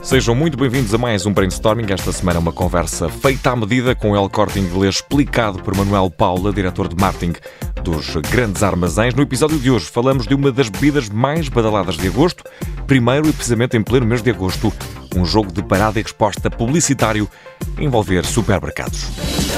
Sejam muito bem-vindos a mais um Brainstorming. Esta semana uma conversa feita à medida com o El Corte Inglês, explicado por Manuel Paula, diretor de marketing dos grandes armazéns. No episódio de hoje falamos de uma das bebidas mais badaladas de agosto, primeiro e precisamente em pleno mês de agosto, um jogo de parada e resposta publicitário a envolver supermercados.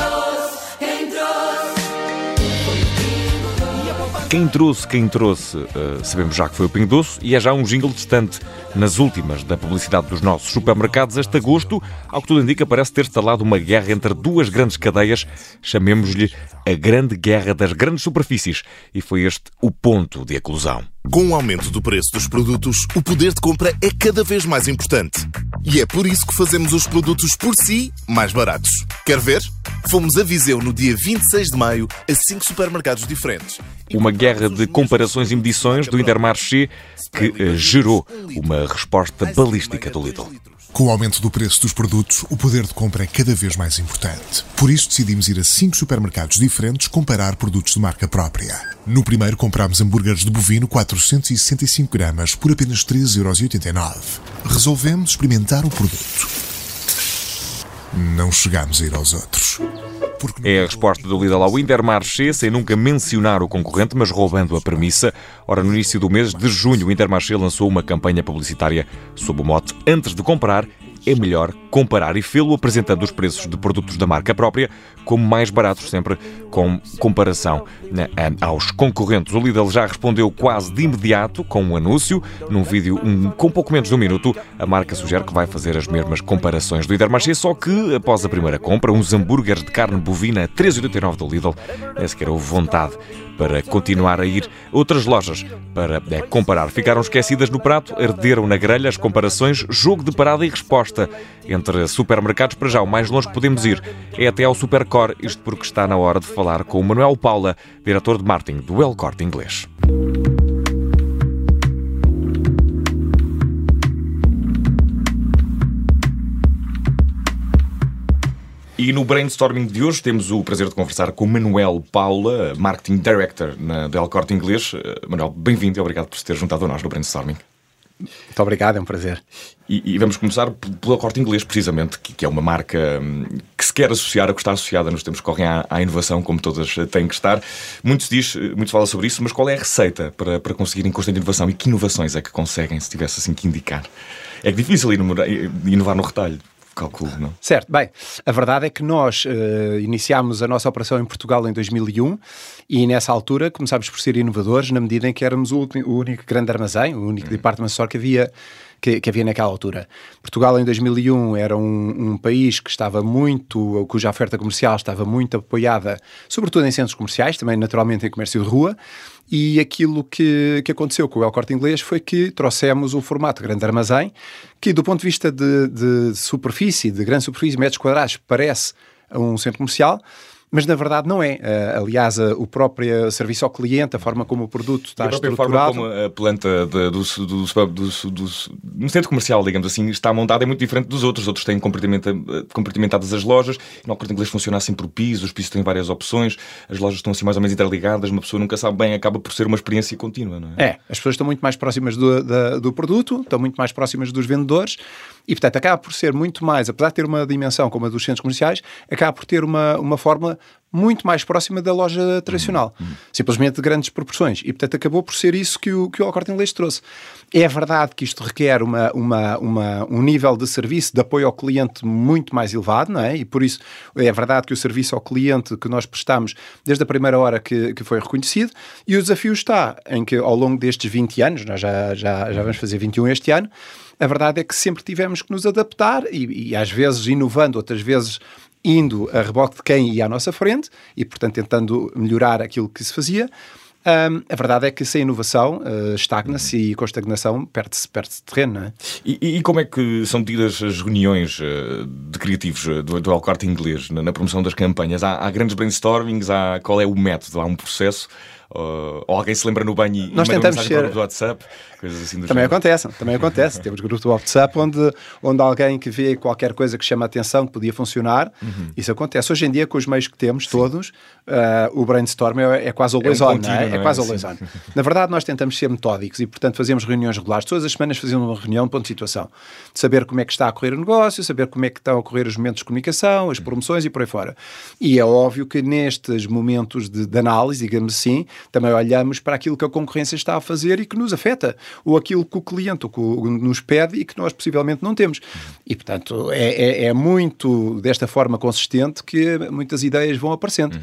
Quem trouxe, sabemos já que foi o Pingo Doce e é já um jingle distante nas últimas da publicidade dos nossos supermercados. Este agosto, ao que tudo indica, parece ter instalado uma guerra entre duas grandes cadeias, chamemos-lhe a grande guerra das grandes superfícies, e foi este o ponto de eclosão. Com o aumento do preço dos produtos, o poder de compra é cada vez mais importante. E é por isso que fazemos os produtos por si mais baratos. Quer ver? Fomos a Viseu no dia 26 de maio a 5 supermercados diferentes. Uma guerra de comparações e medições do Intermarché que gerou uma resposta balística do Lidl. Com o aumento do preço dos produtos, o poder de compra é cada vez mais importante. Por isso decidimos ir a 5 supermercados diferentes comparar produtos de marca própria. No primeiro comprámos hambúrgueres de bovino 465 gramas por apenas 13,89€. Resolvemos experimentar o produto. Não chegámos a ir aos outros. É a resposta do Lidl ao Intermarché, sem nunca mencionar o concorrente, mas roubando a premissa. Ora, no início do mês de junho, o Intermarché lançou uma campanha publicitária sob o mote "Antes de comprar, é melhor comparar", e fê-lo apresentando os preços de produtos da marca própria como mais baratos, sempre com comparação aos concorrentes. O Lidl já respondeu quase de imediato com um anúncio. Num vídeo com pouco menos de um minuto, a marca sugere que vai fazer as mesmas comparações do Intermarché, só que após a primeira compra, uns hambúrgueres de carne bovina a 13,89€ do Lidl, nem sequer houve vontade para continuar a ir a outras lojas para comparar. Ficaram esquecidas no prato, arderam na grelha as comparações, jogo de parada e resposta entre supermercados. Para já, o mais longe que podemos ir é até ao Supercore, isto porque está na hora de falar com o Manuel Paula, diretor de marketing do El Corte Inglês. E no Brainstorming de hoje temos o prazer de conversar com o Manuel Paula, Marketing Director da El Corte Inglês. Manuel, bem-vindo e obrigado por se ter juntado a nós no Brainstorming. Muito obrigado, é um prazer. E vamos começar pelo El Corte Inglês, precisamente, que é uma marca que se quer associar, a que está associada nos tempos que correm à inovação, como todas têm que estar. Muito se fala sobre isso, mas qual é a receita para conseguirem constante inovação? E que inovações é que conseguem, se tivesse assim que indicar? É difícil inovar no retalho. Calculo, não? Certo. Bem, a verdade é que nós iniciámos a nossa operação em Portugal em 2001 e nessa altura começámos por ser inovadores na medida em que éramos o único grande armazém, o único department store que havia naquela altura. Portugal em 2001 era um país que estava cuja oferta comercial estava muito apoiada, sobretudo em centros comerciais, também naturalmente em comércio de rua, e aquilo que aconteceu com o El Corte Inglês foi que trouxemos o formato grande armazém, que do ponto de vista de superfície, de grande superfície, metros quadrados, parece um centro comercial, mas na verdade não é. Aliás, o próprio serviço ao cliente, a forma como o produto está estruturado... A forma como a planta no centro comercial, digamos assim, está montada é muito diferente dos outros. Os outros têm compartimentadas as lojas. No El Corte Inglês funciona assim por pisos, os pisos têm várias opções, as lojas estão assim mais ou menos interligadas, uma pessoa nunca sabe bem, acaba por ser uma experiência contínua, não é? As pessoas estão muito mais próximas do produto, estão muito mais próximas dos vendedores e, portanto, acaba por ser muito mais, apesar de ter uma dimensão como a dos centros comerciais, acaba por ter uma fórmula muito mais próxima da loja tradicional. Simplesmente de grandes proporções. E, portanto, acabou por ser isso que o El Corte Inglês trouxe. É verdade que isto requer um nível de serviço, de apoio ao cliente muito mais elevado, não é? E, por isso, é verdade que o serviço ao cliente que nós prestamos desde a primeira hora que foi reconhecido, e o desafio está em que, ao longo destes 20 anos, nós já vamos fazer 21 este ano, a verdade é que sempre tivemos que nos adaptar e às vezes inovando, outras vezes indo a reboque de quem ia à nossa frente e, portanto, tentando melhorar aquilo que se fazia. A verdade é que sem inovação estagna-se e com estagnação perde-se terreno, não é? E como é que são tidas as reuniões de criativos do El Corte Inglês na promoção das campanhas? Há grandes brainstormings? Qual é o método? Há um processo? ou alguém se lembra no banho e nós manda tentamos mensagem para o WhatsApp, coisas assim do Também género. acontece. Temos grupos do WhatsApp onde alguém que vê qualquer coisa que chama a atenção, que podia funcionar, isso acontece. Hoje em dia, com os meios que temos todos, o brainstorm é quase always on, não é? É quase always on. Na verdade, nós tentamos ser metódicos e, portanto, fazemos reuniões regulares. Todas as semanas fazemos uma reunião, ponto de situação. De saber como é que está a correr o negócio, saber como é que estão a correr os momentos de comunicação, as promoções e por aí fora. E é óbvio que nestes momentos de análise, digamos assim, também olhamos para aquilo que a concorrência está a fazer e que nos afeta, ou aquilo que o cliente nos pede e que nós possivelmente não temos. E, portanto, é muito desta forma consistente que muitas ideias vão aparecendo.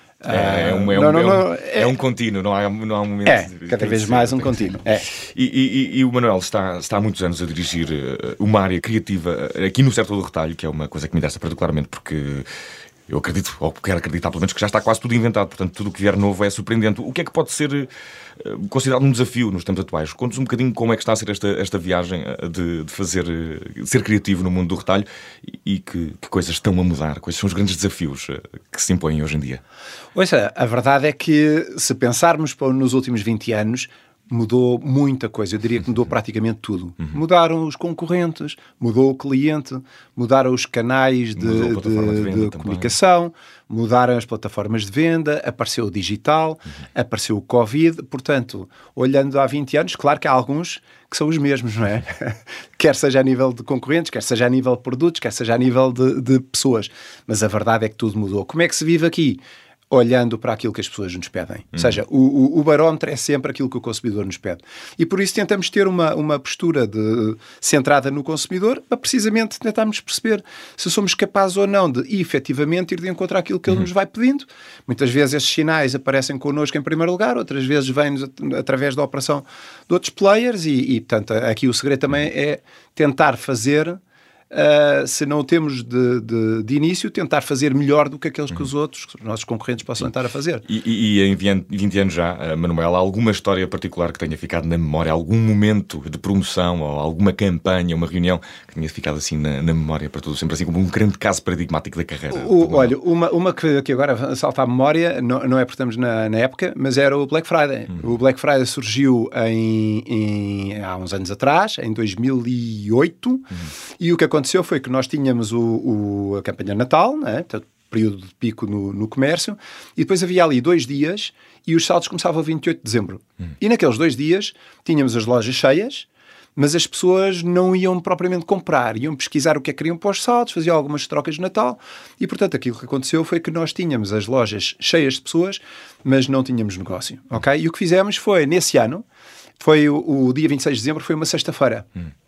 É um contínuo, não há um momento... cada vez mais um contínuo. E o Manuel está há muitos anos a dirigir uma área criativa aqui no setor do retalho, que é uma coisa que me interessa particularmente, porque eu acredito, ou quero acreditar pelo menos, que já está quase tudo inventado, portanto tudo o que vier novo é surpreendente. O que é que pode ser considerado um desafio nos tempos atuais? Conte-nos um bocadinho como é que está a ser esta viagem de ser criativo no mundo do retalho e que coisas estão a mudar, quais são os grandes desafios que se impõem hoje em dia? Ouça, a verdade é que se pensarmos nos últimos 20 anos, mudou muita coisa, eu diria que mudou praticamente tudo. Mudaram os concorrentes, mudou o cliente, mudaram os canais de comunicação, mudaram as plataformas de venda, apareceu o digital, apareceu o Covid, portanto, olhando há 20 anos, claro que há alguns que são os mesmos, não é? Quer seja a nível de concorrentes, quer seja a nível de produtos, quer seja a nível de pessoas, mas a verdade é que tudo mudou. Como é que se vive aqui? Olhando para aquilo que as pessoas nos pedem. Ou seja, o barómetro é sempre aquilo que o consumidor nos pede. E por isso tentamos ter uma postura centrada no consumidor para precisamente tentarmos perceber se somos capazes ou não de efetivamente ir de encontro àquilo que ele nos vai pedindo. Muitas vezes esses sinais aparecem connosco em primeiro lugar, outras vezes vêm-nos através da operação de outros players e portanto, aqui o segredo também é tentar fazer... se não o temos de início, tentar fazer melhor do que aqueles que os nossos concorrentes possam tentar a fazer. E em 20 anos já, Manuel, há alguma história particular que tenha ficado na memória? Algum momento de promoção ou alguma campanha, uma reunião que tenha ficado assim na memória para todo sempre, assim como um grande caso paradigmático da carreira? Olha, uma que agora salta à memória, não é porque estamos na época, mas era o Black Friday. O Black Friday surgiu há uns anos atrás, em 2008, e o que aconteceu foi que nós tínhamos a campanha Natal, né? Portanto, período de pico no comércio, e depois havia ali 2 dias e os saldos começavam a 28 de dezembro. E naqueles 2 dias tínhamos as lojas cheias, mas as pessoas não iam propriamente comprar, iam pesquisar o que é que queriam para os saldos, faziam algumas trocas de Natal, e portanto aquilo que aconteceu foi que nós tínhamos as lojas cheias de pessoas, mas não tínhamos negócio, ok? E o que fizemos foi, nesse ano, foi o dia 26 de dezembro, foi uma sexta-feira.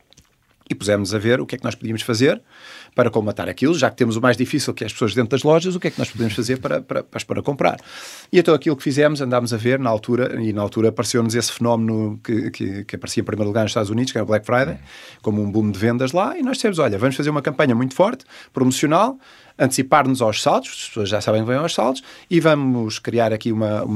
E pusemos a ver o que é que nós podíamos fazer para colmatar aquilo, já que temos o mais difícil, que é as pessoas dentro das lojas, o que é que nós podemos fazer para comprar. E então aquilo que fizemos, andámos a ver na altura apareceu-nos esse fenómeno que aparecia em primeiro lugar nos Estados Unidos, que era o Black Friday, como um boom de vendas lá, e nós dissemos, olha, vamos fazer uma campanha muito forte, promocional, antecipar-nos aos saldos, as pessoas já sabem que vêm aos saldos, e vamos criar aqui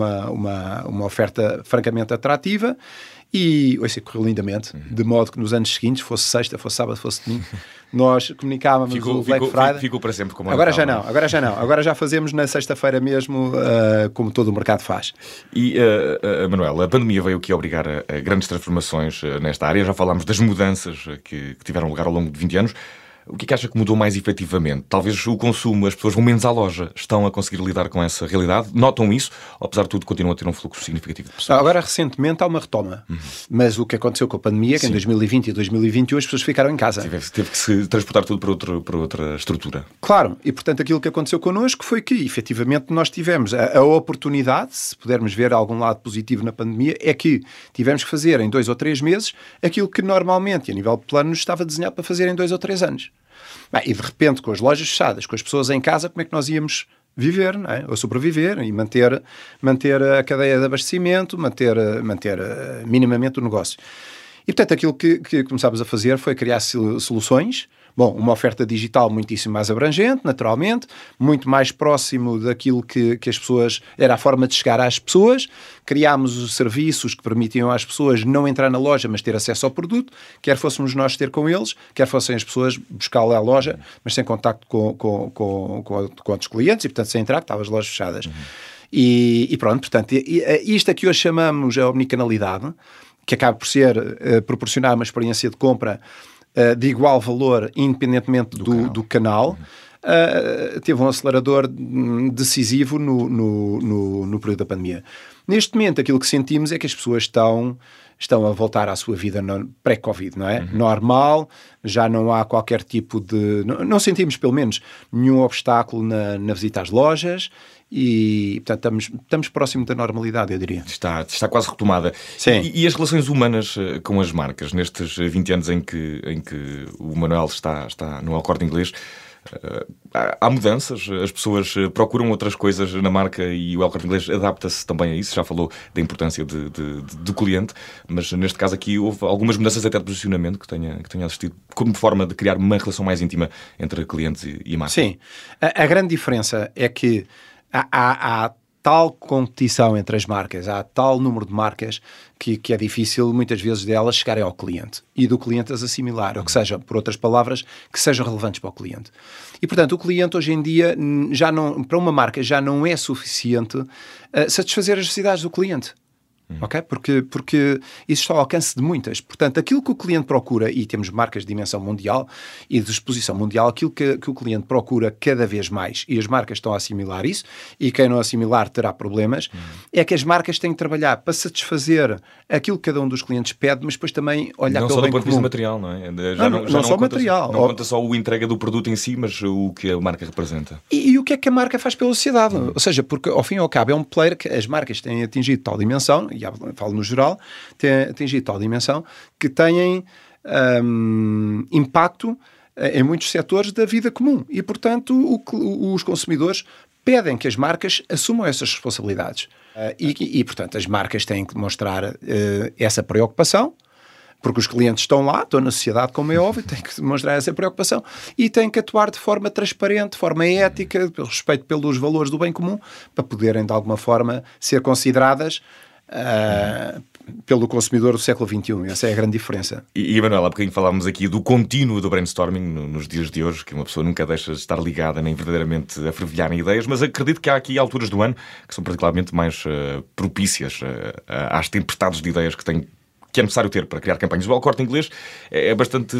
uma oferta francamente atrativa. E isso correu lindamente, de modo que nos anos seguintes, fosse sexta, fosse sábado, fosse domingo, nós comunicávamos o Black Friday. Ficou para sempre como agora já não. Agora já fazemos na sexta-feira mesmo, como todo o mercado faz. E, Manuel, a pandemia veio aqui obrigar a grandes transformações nesta área. Já falámos das mudanças que tiveram lugar ao longo de 20 anos. O que é que acha que mudou mais efetivamente? Talvez o consumo, as pessoas vão menos à loja, estão a conseguir lidar com essa realidade? Notam isso? Ou, apesar de tudo, continuam a ter um fluxo significativo de pessoas? Agora, recentemente, há uma retoma. Mas o que aconteceu com a pandemia, é que em 2020 e 2021 as pessoas ficaram em casa. Teve que se transportar tudo para outra estrutura. Claro. E, portanto, aquilo que aconteceu connosco foi que, efetivamente, nós tivemos a oportunidade, se pudermos ver algum lado positivo na pandemia, é que tivemos que fazer em 2 ou 3 meses aquilo que normalmente, a nível de plano, estava desenhado para fazer em 2 ou 3 anos. Bem, e de repente, com as lojas fechadas, com as pessoas em casa, como é que nós íamos viver, não é? Ou sobreviver e manter a cadeia de abastecimento, manter minimamente o negócio. E, portanto, aquilo que começámos a fazer foi criar soluções. Bom, uma oferta digital muitíssimo mais abrangente, naturalmente, muito mais próximo daquilo que as pessoas... Era a forma de chegar às pessoas. Criámos os serviços que permitiam às pessoas não entrar na loja, mas ter acesso ao produto, quer fôssemos nós ter com eles, quer fossem as pessoas buscá-lo à loja, mas sem contacto com outros clientes e, portanto, sem entrar, que estavam as lojas fechadas. E pronto, portanto, isto a que hoje chamamos a omnicanalidade, que acaba por ser proporcionar uma experiência de compra de igual valor, independentemente do canal. Teve um acelerador decisivo no período da pandemia. Neste momento, aquilo que sentimos é que as pessoas estão a voltar à sua vida pré-Covid, não é? Normal, já não há qualquer tipo de... Não sentimos, pelo menos, nenhum obstáculo na visita às lojas e, portanto, estamos próximo da normalidade, eu diria. Está quase retomada. Sim. E as relações humanas com as marcas, nestes 20 anos em que o Manuel está no El Corte Inglês, há mudanças, as pessoas procuram outras coisas na marca e o El Corte Inglês adapta-se também a isso. Já falou da importância do cliente, mas neste caso aqui houve algumas mudanças até de posicionamento que tenha assistido, como forma de criar uma relação mais íntima entre clientes e marca. Sim, a grande diferença é que há tal competição entre as marcas, há tal número de marcas que é difícil muitas vezes delas chegarem ao cliente e do cliente as assimilar, ou que seja, por outras palavras, que sejam relevantes para o cliente. E, portanto, o cliente hoje em dia, para uma marca, já não é suficiente satisfazer as necessidades do cliente. Okay? Porque isso está ao alcance de muitas. Portanto, aquilo que o cliente procura, e temos marcas de dimensão mundial e de exposição mundial, aquilo que o cliente procura cada vez mais, e as marcas estão a assimilar isso, e quem não assimilar terá problemas, é que as marcas têm que trabalhar para satisfazer aquilo que cada um dos clientes pede, mas depois também olhar pelo bem comum. Não só do ponto de vista material, não é? Não só material. Não conta só a entrega do produto em si, mas o que a marca representa. E o que é que a marca faz pela sociedade? Ou seja, porque ao fim e ao cabo é um player que as marcas têm atingido tal dimensão, e falo no geral, têm atingido tal dimensão que têm impacto em muitos setores da vida comum. E, portanto, os consumidores pedem que as marcas assumam essas responsabilidades. E, portanto, as marcas têm que demonstrar essa preocupação, porque os clientes estão lá, estão na sociedade, como é óbvio, têm que demonstrar essa preocupação e têm que atuar de forma transparente, de forma ética, pelo respeito pelos valores do bem comum, para poderem, de alguma forma, ser consideradas pelo consumidor do século XXI. Essa é a grande diferença. E Manuel, há bocadinho falávamos aqui do contínuo do brainstorming nos dias de hoje, que uma pessoa nunca deixa de estar ligada nem verdadeiramente a fervilhar em ideias, mas acredito que há aqui alturas do ano que são particularmente mais propícias às tempestades de ideias que é necessário ter para criar campanhas. O El Corte Inglês é bastante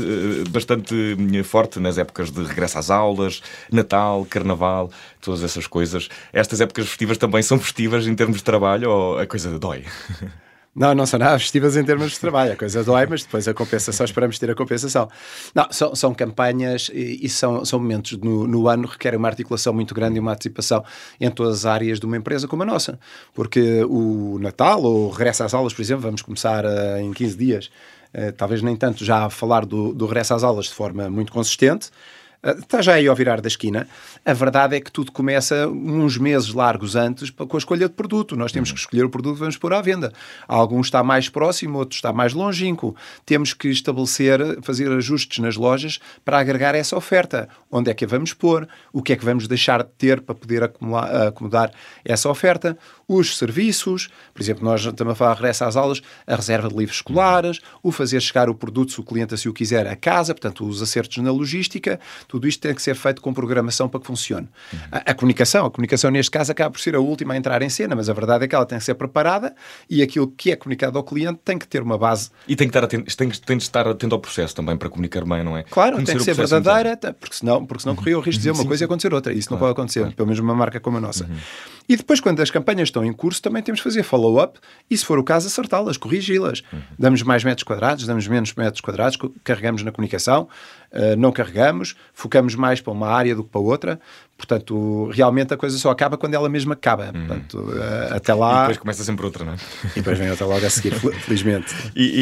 forte nas épocas de regresso às aulas, Natal, Carnaval, todas essas coisas. Estas épocas festivas também são festivas em termos de trabalho ou a coisa dói? Não são nada festivas em termos de trabalho, a coisa dói, mas depois a compensação, esperamos ter a compensação. Não, são campanhas e são momentos no ano que requerem uma articulação muito grande e uma antecipação em todas as áreas de uma empresa como a nossa, porque o Natal ou o regresso às aulas, por exemplo, vamos começar em 15 dias, talvez nem tanto já a falar do regresso às aulas de forma muito consistente. Está já aí ao virar da esquina. A verdade é que tudo começa uns meses largos antes com a escolha de produto. Nós temos que escolher o produto que vamos pôr à venda. Alguns está mais próximo, outros está mais longínquo. Temos que fazer ajustes nas lojas para agregar essa oferta. Onde é que a vamos pôr? O que é que vamos deixar de ter para poder acomodar essa oferta? Os serviços, por exemplo, nós estamos a falar de regresso às aulas, a reserva de livros escolares, o fazer chegar o produto, se o cliente assim o quiser, a casa, portanto, os acertos na logística. Tudo isto tem que ser feito com programação para que funcione. A comunicação neste caso acaba por ser a última a entrar em cena, mas a verdade é que ela tem que ser preparada e aquilo que é comunicado ao cliente tem que ter uma base. E tem de estar atento ao processo também para comunicar bem, não é? Claro, conhecer tem que ser verdadeira, porque senão corria o risco de dizer uma coisa e acontecer outra. Isso não pode acontecer, pelo menos uma marca como a nossa. E depois, quando as campanhas estão em curso, também temos que fazer follow-up e, se for o caso, acertá-las, corrigi-las. Damos mais metros quadrados, damos menos metros quadrados, carregamos na comunicação, não carregamos, focamos mais para uma área do que para outra. Portanto, realmente a coisa só acaba quando ela mesma acaba. Portanto, até lá... E depois começa sempre outra, não é? E depois vem outra logo a seguir, felizmente.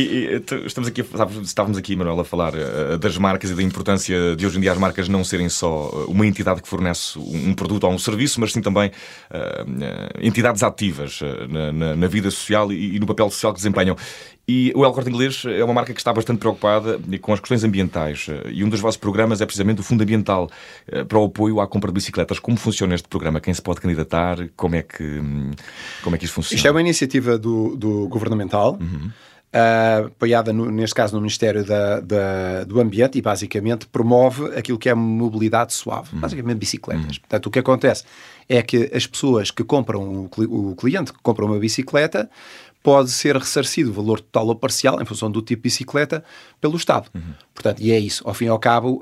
Estávamos aqui, Manuel, a falar das marcas e da importância de hoje em dia as marcas não serem só uma entidade que fornece um produto ou um serviço, mas sim também entidades ativas na vida social e no papel social que desempenham. E o El Corte Inglês é uma marca que está bastante preocupada com as questões ambientais. E um dos vossos programas é precisamente o Fundo Ambiental para o apoio à compra de bicicletas. Como funciona este programa? Quem se pode candidatar? Como é que isto funciona? Isto é uma iniciativa do governamental. apoiada, neste caso, no Ministério do Ambiente, e basicamente promove aquilo que é mobilidade suave, basicamente bicicletas. Portanto, o que acontece é que as pessoas que compram, o cliente que compra uma bicicleta, pode ser ressarcido o valor total ou parcial, em função do tipo de bicicleta, pelo Estado. Portanto, e é isso. Ao fim e ao cabo,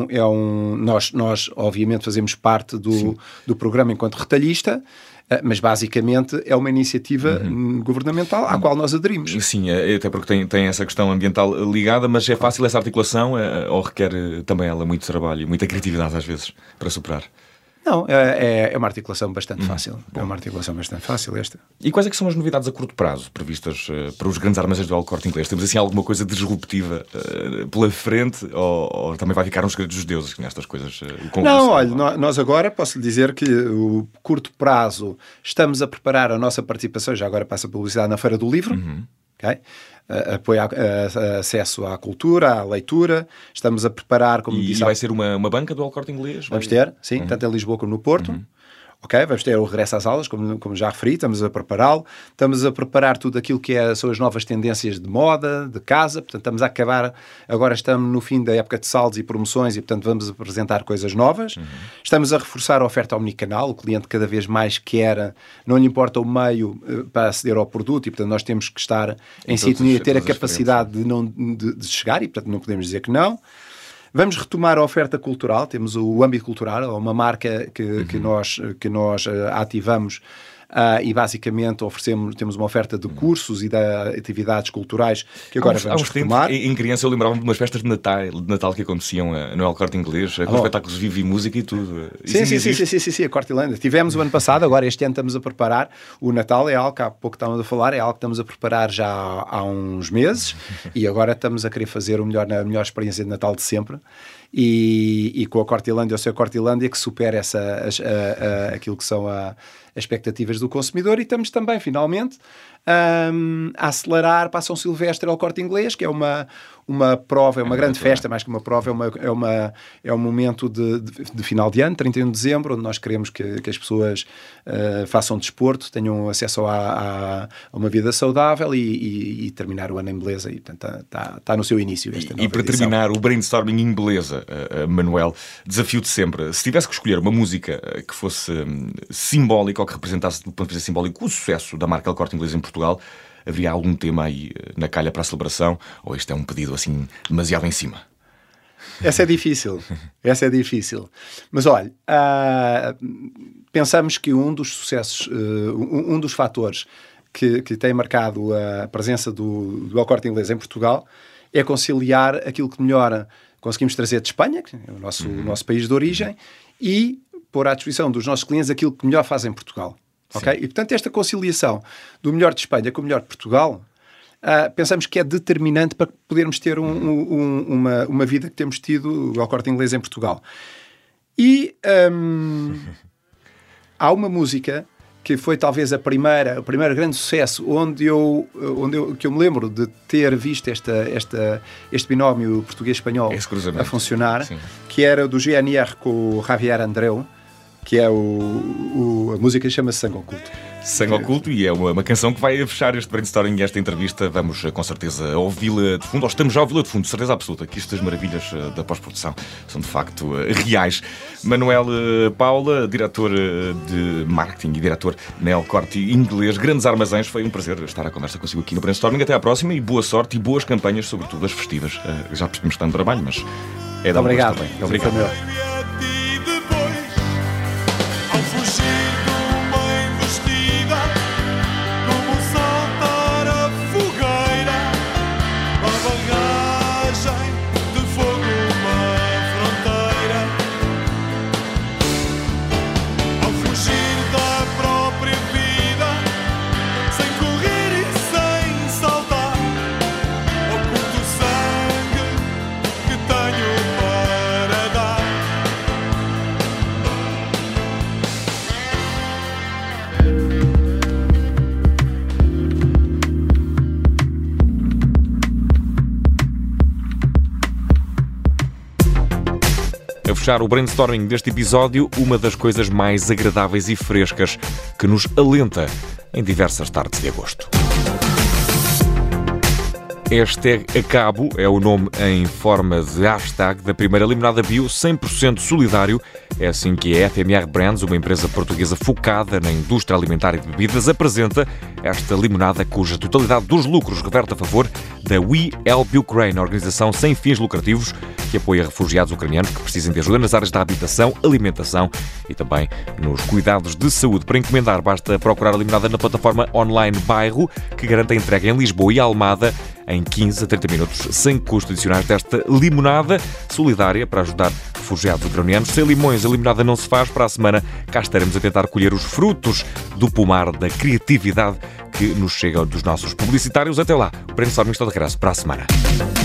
nós obviamente fazemos parte do programa enquanto retalhista, mas basicamente é uma iniciativa governamental à qual nós aderimos. Sim, até porque tem essa questão ambiental ligada, mas é fácil essa articulação ou requer também ela muito trabalho e muita criatividade às vezes para superar? Não, é uma articulação bastante fácil. Bom. É uma articulação bastante fácil esta. E quais é que são as novidades a curto prazo previstas para os grandes armazéns do El Corte Inglês? Temos assim alguma coisa disruptiva pela frente ou também vai ficar uns segredos dos deuses nestas coisas? Não, olha, nós agora posso lhe dizer que o curto prazo estamos a preparar a nossa participação, já agora passa a publicidade, na Feira do Livro, ok? Apoio a acesso à cultura, à leitura. Estamos a preparar, como disse... E vai ser uma banca do El Corte Inglês? Vamos ter, sim, tanto em Lisboa como no Porto. Ok, vamos ter o regresso às aulas, como já referi, estamos a prepará-lo. Estamos a preparar tudo aquilo que são as novas tendências de moda, de casa. Portanto, estamos a acabar, agora estamos no fim da época de saldos e promoções e, portanto, vamos apresentar coisas novas. Estamos a reforçar a oferta omnicanal. O cliente cada vez mais quer, não lhe importa o meio para aceder ao produto e, portanto, nós temos que estar em sintonia, ter a capacidade de chegar e, portanto, não podemos dizer que não. Vamos retomar a oferta cultural, temos o âmbito cultural, uma marca que nós ativamos e basicamente temos uma oferta de cursos e de atividades culturais que agora vamos retomar. Em criança eu lembrava-me de umas festas de Natal que aconteciam no El Corte Inglês, com espetáculos vivo e música e tudo. Sim, a Cortilândia. Tivemos o ano passado, agora este ano estamos a preparar. O Natal é algo que há pouco estávamos a falar, é algo que estamos a preparar já há uns meses e agora estamos a querer fazer a melhor experiência de Natal de sempre. E com a Cortilândia, ou seja, a Cortilândia que supera aquilo que são as expectativas do consumidor, e estamos também, finalmente, a acelerar para a São Silvestre ao Corte Inglês, que é uma prova, é uma grande festa, mais que uma prova, é um momento de final de ano, 31 de dezembro, onde nós queremos que as pessoas façam desporto, tenham acesso a uma vida saudável e terminar o ano em beleza, e portanto está no seu início. E para terminar, o brainstorming em beleza, Manuel, desafio de sempre. Se tivesse que escolher uma música que fosse simbólica ou que representasse, do ponto de vista simbólico, o sucesso da marca El Corte Inglês em Portugal, haveria algum tema aí na calha para a celebração? Ou este é um pedido assim demasiado em cima? Essa é difícil. Mas olha, pensamos que um dos sucessos, um dos fatores que tem marcado a presença do El Corte Inglês em Portugal é conciliar aquilo que melhor conseguimos trazer de Espanha, que é o nosso país de origem, e pôr à disposição dos nossos clientes aquilo que melhor fazem em Portugal. Okay? E, portanto, esta conciliação do melhor de Espanha com o melhor de Portugal, pensamos que é determinante para podermos ter uma vida que temos tido ao Corte Inglês em Portugal. E há uma música que foi talvez o primeiro grande sucesso que eu me lembro de ter visto este binómio português-espanhol a funcionar, que era do GNR com o Javier Andreu, que é a música chama-se Sangue Oculto. Sangue Oculto, e é uma canção que vai fechar este brainstorming e esta entrevista. Vamos com certeza ouvi-la de fundo, ou estamos já a ouvi-la de fundo, de certeza absoluta que estas maravilhas da pós-produção são de facto reais. Manuel Paula, diretor de marketing e diretor na El Corte Inglês, Grandes Armazéns, foi um prazer estar à conversa consigo aqui no brainstorming. Até à próxima e boa sorte e boas campanhas, sobretudo as festivas. Já percebemos que está no trabalho, mas é da Obrigado. Obrigado. A fechar o brainstorming deste episódio, uma das coisas mais agradáveis e frescas que nos alenta em diversas tardes de agosto. #Acabo é o nome em forma de hashtag da primeira limonada bio 100% solidário. É assim que a FMR Brands, uma empresa portuguesa focada na indústria alimentar e de bebidas, apresenta esta limonada cuja totalidade dos lucros reverte a favor da We Help Ukraine, organização sem fins lucrativos que apoia refugiados ucranianos que precisem de ajuda nas áreas da habitação, alimentação e também nos cuidados de saúde. Para encomendar, basta procurar a limonada na plataforma online Bairro, que garante a entrega em Lisboa e Almada em 15 a 30 minutos, sem custos adicionais desta limonada solidária para ajudar refugiados ucranianos. Sem limões, a limonada não se faz. Para a semana, cá estaremos a tentar colher os frutos do pomar da criatividade que nos chegam dos nossos publicitários. Até lá, o Brainstorming está de regresso para a semana.